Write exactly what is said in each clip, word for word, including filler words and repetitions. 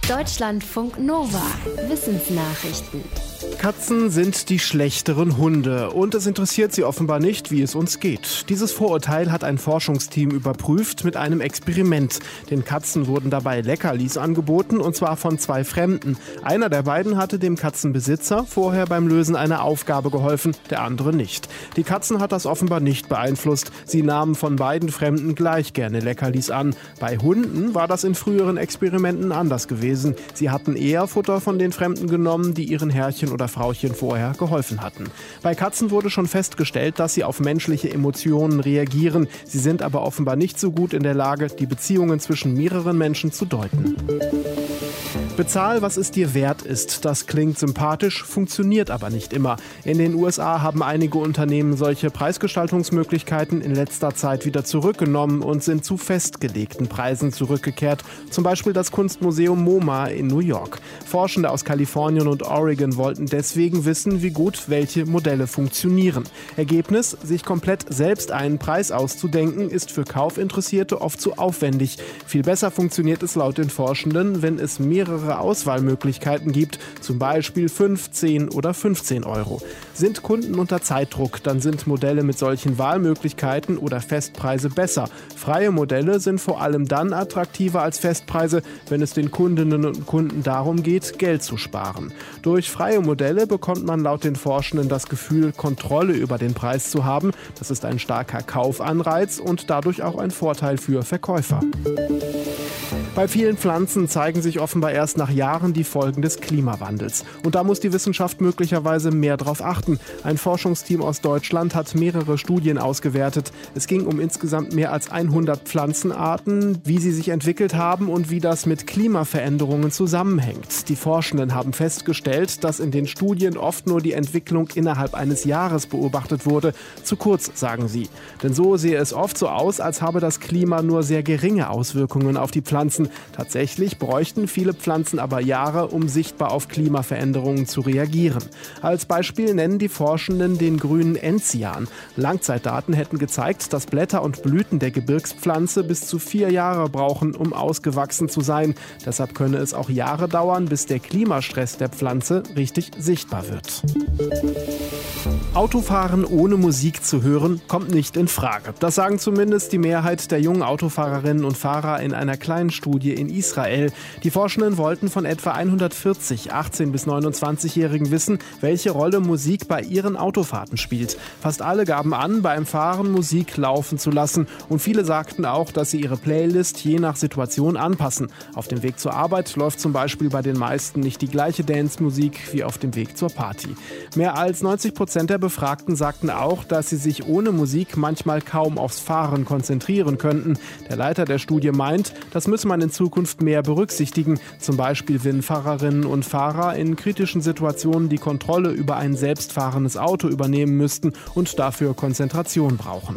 Deutschlandfunk Nova. Wissensnachrichten. Katzen sind die schlechteren Hunde und es interessiert sie offenbar nicht, wie es uns geht. Dieses Vorurteil hat ein Forschungsteam überprüft mit einem Experiment. Den Katzen wurden dabei Leckerlis angeboten und zwar von zwei Fremden. Einer der beiden hatte dem Katzenbesitzer vorher beim Lösen einer Aufgabe geholfen, der andere nicht. Die Katzen hat das offenbar nicht beeinflusst. Sie nahmen von beiden Fremden gleich gerne Leckerlis an. Bei Hunden war das in früheren Experimenten anders gewesen. Sie hatten eher Futter von den Fremden genommen, die ihren Herrchen oder Frauchen vorher geholfen hatten. Bei Katzen wurde schon festgestellt, dass sie auf menschliche Emotionen reagieren. Sie sind aber offenbar nicht so gut in der Lage, die Beziehungen zwischen mehreren Menschen zu deuten. Bezahl, was es dir wert ist. Das klingt sympathisch, funktioniert aber nicht immer. In den U S A haben einige Unternehmen solche Preisgestaltungsmöglichkeiten in letzter Zeit wieder zurückgenommen und sind zu festgelegten Preisen zurückgekehrt. Zum Beispiel das Kunstmuseum MoMA in New York. Forschende aus Kalifornien und Oregon wollten deswegen wissen, wie gut welche Modelle funktionieren. Ergebnis: sich komplett selbst einen Preis auszudenken, ist für Kaufinteressierte oft zu aufwendig. Viel besser funktioniert es laut den Forschenden, wenn es mehrere Auswahlmöglichkeiten gibt, zum Beispiel fünf, zehn oder fünfzehn Euro. Sind Kunden unter Zeitdruck, dann sind Modelle mit solchen Wahlmöglichkeiten oder Festpreise besser. Freie Modelle sind vor allem dann attraktiver als Festpreise, wenn es den Kundinnen und Kunden darum geht, Geld zu sparen. Durch freie Modelle bekommt man laut den Forschenden das Gefühl, Kontrolle über den Preis zu haben. Das ist ein starker Kaufanreiz und dadurch auch ein Vorteil für Verkäufer. Bei vielen Pflanzen zeigen sich offenbar erst nach Jahren die Folgen des Klimawandels. Und da muss die Wissenschaft möglicherweise mehr darauf achten. Ein Forschungsteam aus Deutschland hat mehrere Studien ausgewertet. Es ging um insgesamt mehr als hundert Pflanzenarten, wie sie sich entwickelt haben und wie das mit Klimaveränderungen zusammenhängt. Die Forschenden haben festgestellt, dass in den Studien oft nur die Entwicklung innerhalb eines Jahres beobachtet wurde. Zu kurz, sagen sie. Denn so sehe es oft so aus, als habe das Klima nur sehr geringe Auswirkungen auf die Pflanzen. Tatsächlich bräuchten viele Pflanzen aber Jahre, um sichtbar auf Klimaveränderungen zu reagieren. Als Beispiel nennen die Forschenden den grünen Enzian. Langzeitdaten hätten gezeigt, dass Blätter und Blüten der Gebirgspflanze bis zu vier Jahre brauchen, um ausgewachsen zu sein. Deshalb könne es auch Jahre dauern, bis der Klimastress der Pflanze richtig sichtbar wird. Autofahren ohne Musik zu hören, kommt nicht in Frage. Das sagen zumindest die Mehrheit der jungen Autofahrerinnen und Fahrer in einer kleinen Studie in Israel. Die Forschenden wollten von etwa hundertvierzig achtzehn- bis neunundzwanzigjährigen wissen, welche Rolle Musik bei ihren Autofahrten spielt. Fast alle gaben an, beim Fahren Musik laufen zu lassen. Und viele sagten auch, dass sie ihre Playlist je nach Situation anpassen. Auf dem Weg zur Arbeit läuft zum Beispiel bei den meisten nicht die gleiche Dance-Musik wie auf dem Weg zur Party. Mehr als neunzig Prozent der Befragten sagten auch, dass sie sich ohne Musik manchmal kaum aufs Fahren konzentrieren könnten. Der Leiter der Studie meint, das müsse man in Zukunft mehr berücksichtigen. Zum Beispiel, wenn Fahrerinnen und Fahrer in kritischen Situationen die Kontrolle über ein selbstfahrendes Auto übernehmen müssten und dafür Konzentration brauchen.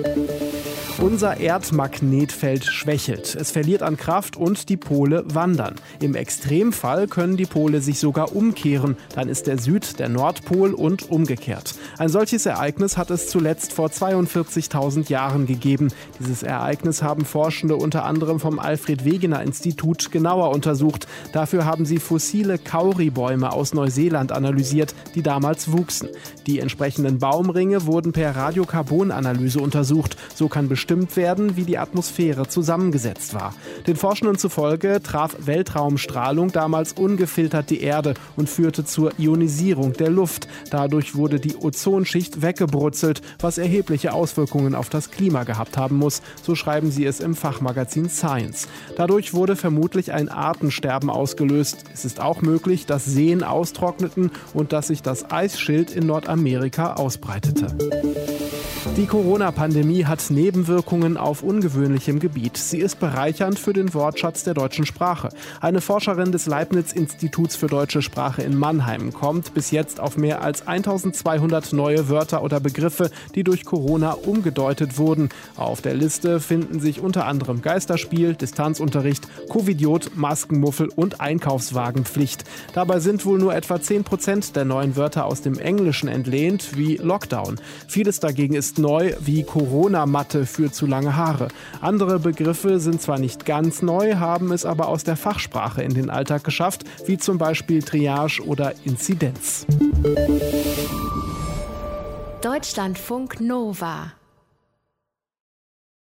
Unser Erdmagnetfeld schwächelt. Es verliert an Kraft und die Pole wandern. Im Extremfall können die Pole sich sogar umkehren. Dann ist der Süd- der Nordpol und umgekehrt. Ein solches Ereignis hat es zuletzt vor zweiundvierzigtausend Jahren gegeben. Dieses Ereignis haben Forschende unter anderem vom Alfred-Wegener-Institut genauer untersucht. Dafür haben sie fossile Kauribäume aus Neuseeland analysiert, die damals wuchsen. Die entsprechenden Baumringe wurden per Radiokarbonanalyse untersucht. So kann bestimmt werden, wie die Atmosphäre zusammengesetzt war. Den Forschenden zufolge traf Weltraumstrahlung damals ungefiltert die Erde und führte zur Ionisierung der Luft. Dadurch wurde die Ozonschicht weggebrutzelt, was erhebliche Auswirkungen auf das Klima gehabt haben muss, so schreiben sie es im Fachmagazin Science. Dadurch wurde vermutlich ein Artensterben ausgelöst. Es ist auch möglich, dass Seen austrockneten und dass sich das Eisschild in Nordamerika ausbreitete. Die Corona-Pandemie hat Nebenwirkungen auf ungewöhnlichem Gebiet. Sie ist bereichernd für den Wortschatz der deutschen Sprache. Eine Forscherin des Leibniz-Instituts für deutsche Sprache in Mannheim kommt bis jetzt auf mehr als eintausendzweihundert neue Wörter oder Begriffe, die durch Corona umgedeutet wurden. Auf der Liste finden sich unter anderem Geisterspiel, Distanzunterricht, Covidiot, Maskenmuffel und Einkaufswagenpflicht. Dabei sind wohl nur etwa zehn Prozent der neuen Wörter aus dem Englischen entlehnt, wie Lockdown. Vieles dagegen ist neu wie Corona-Matte für zu lange Haare. Andere Begriffe sind zwar nicht ganz neu, haben es aber aus der Fachsprache in den Alltag geschafft, wie zum Beispiel Triage oder Inzidenz. Deutschlandfunk Nova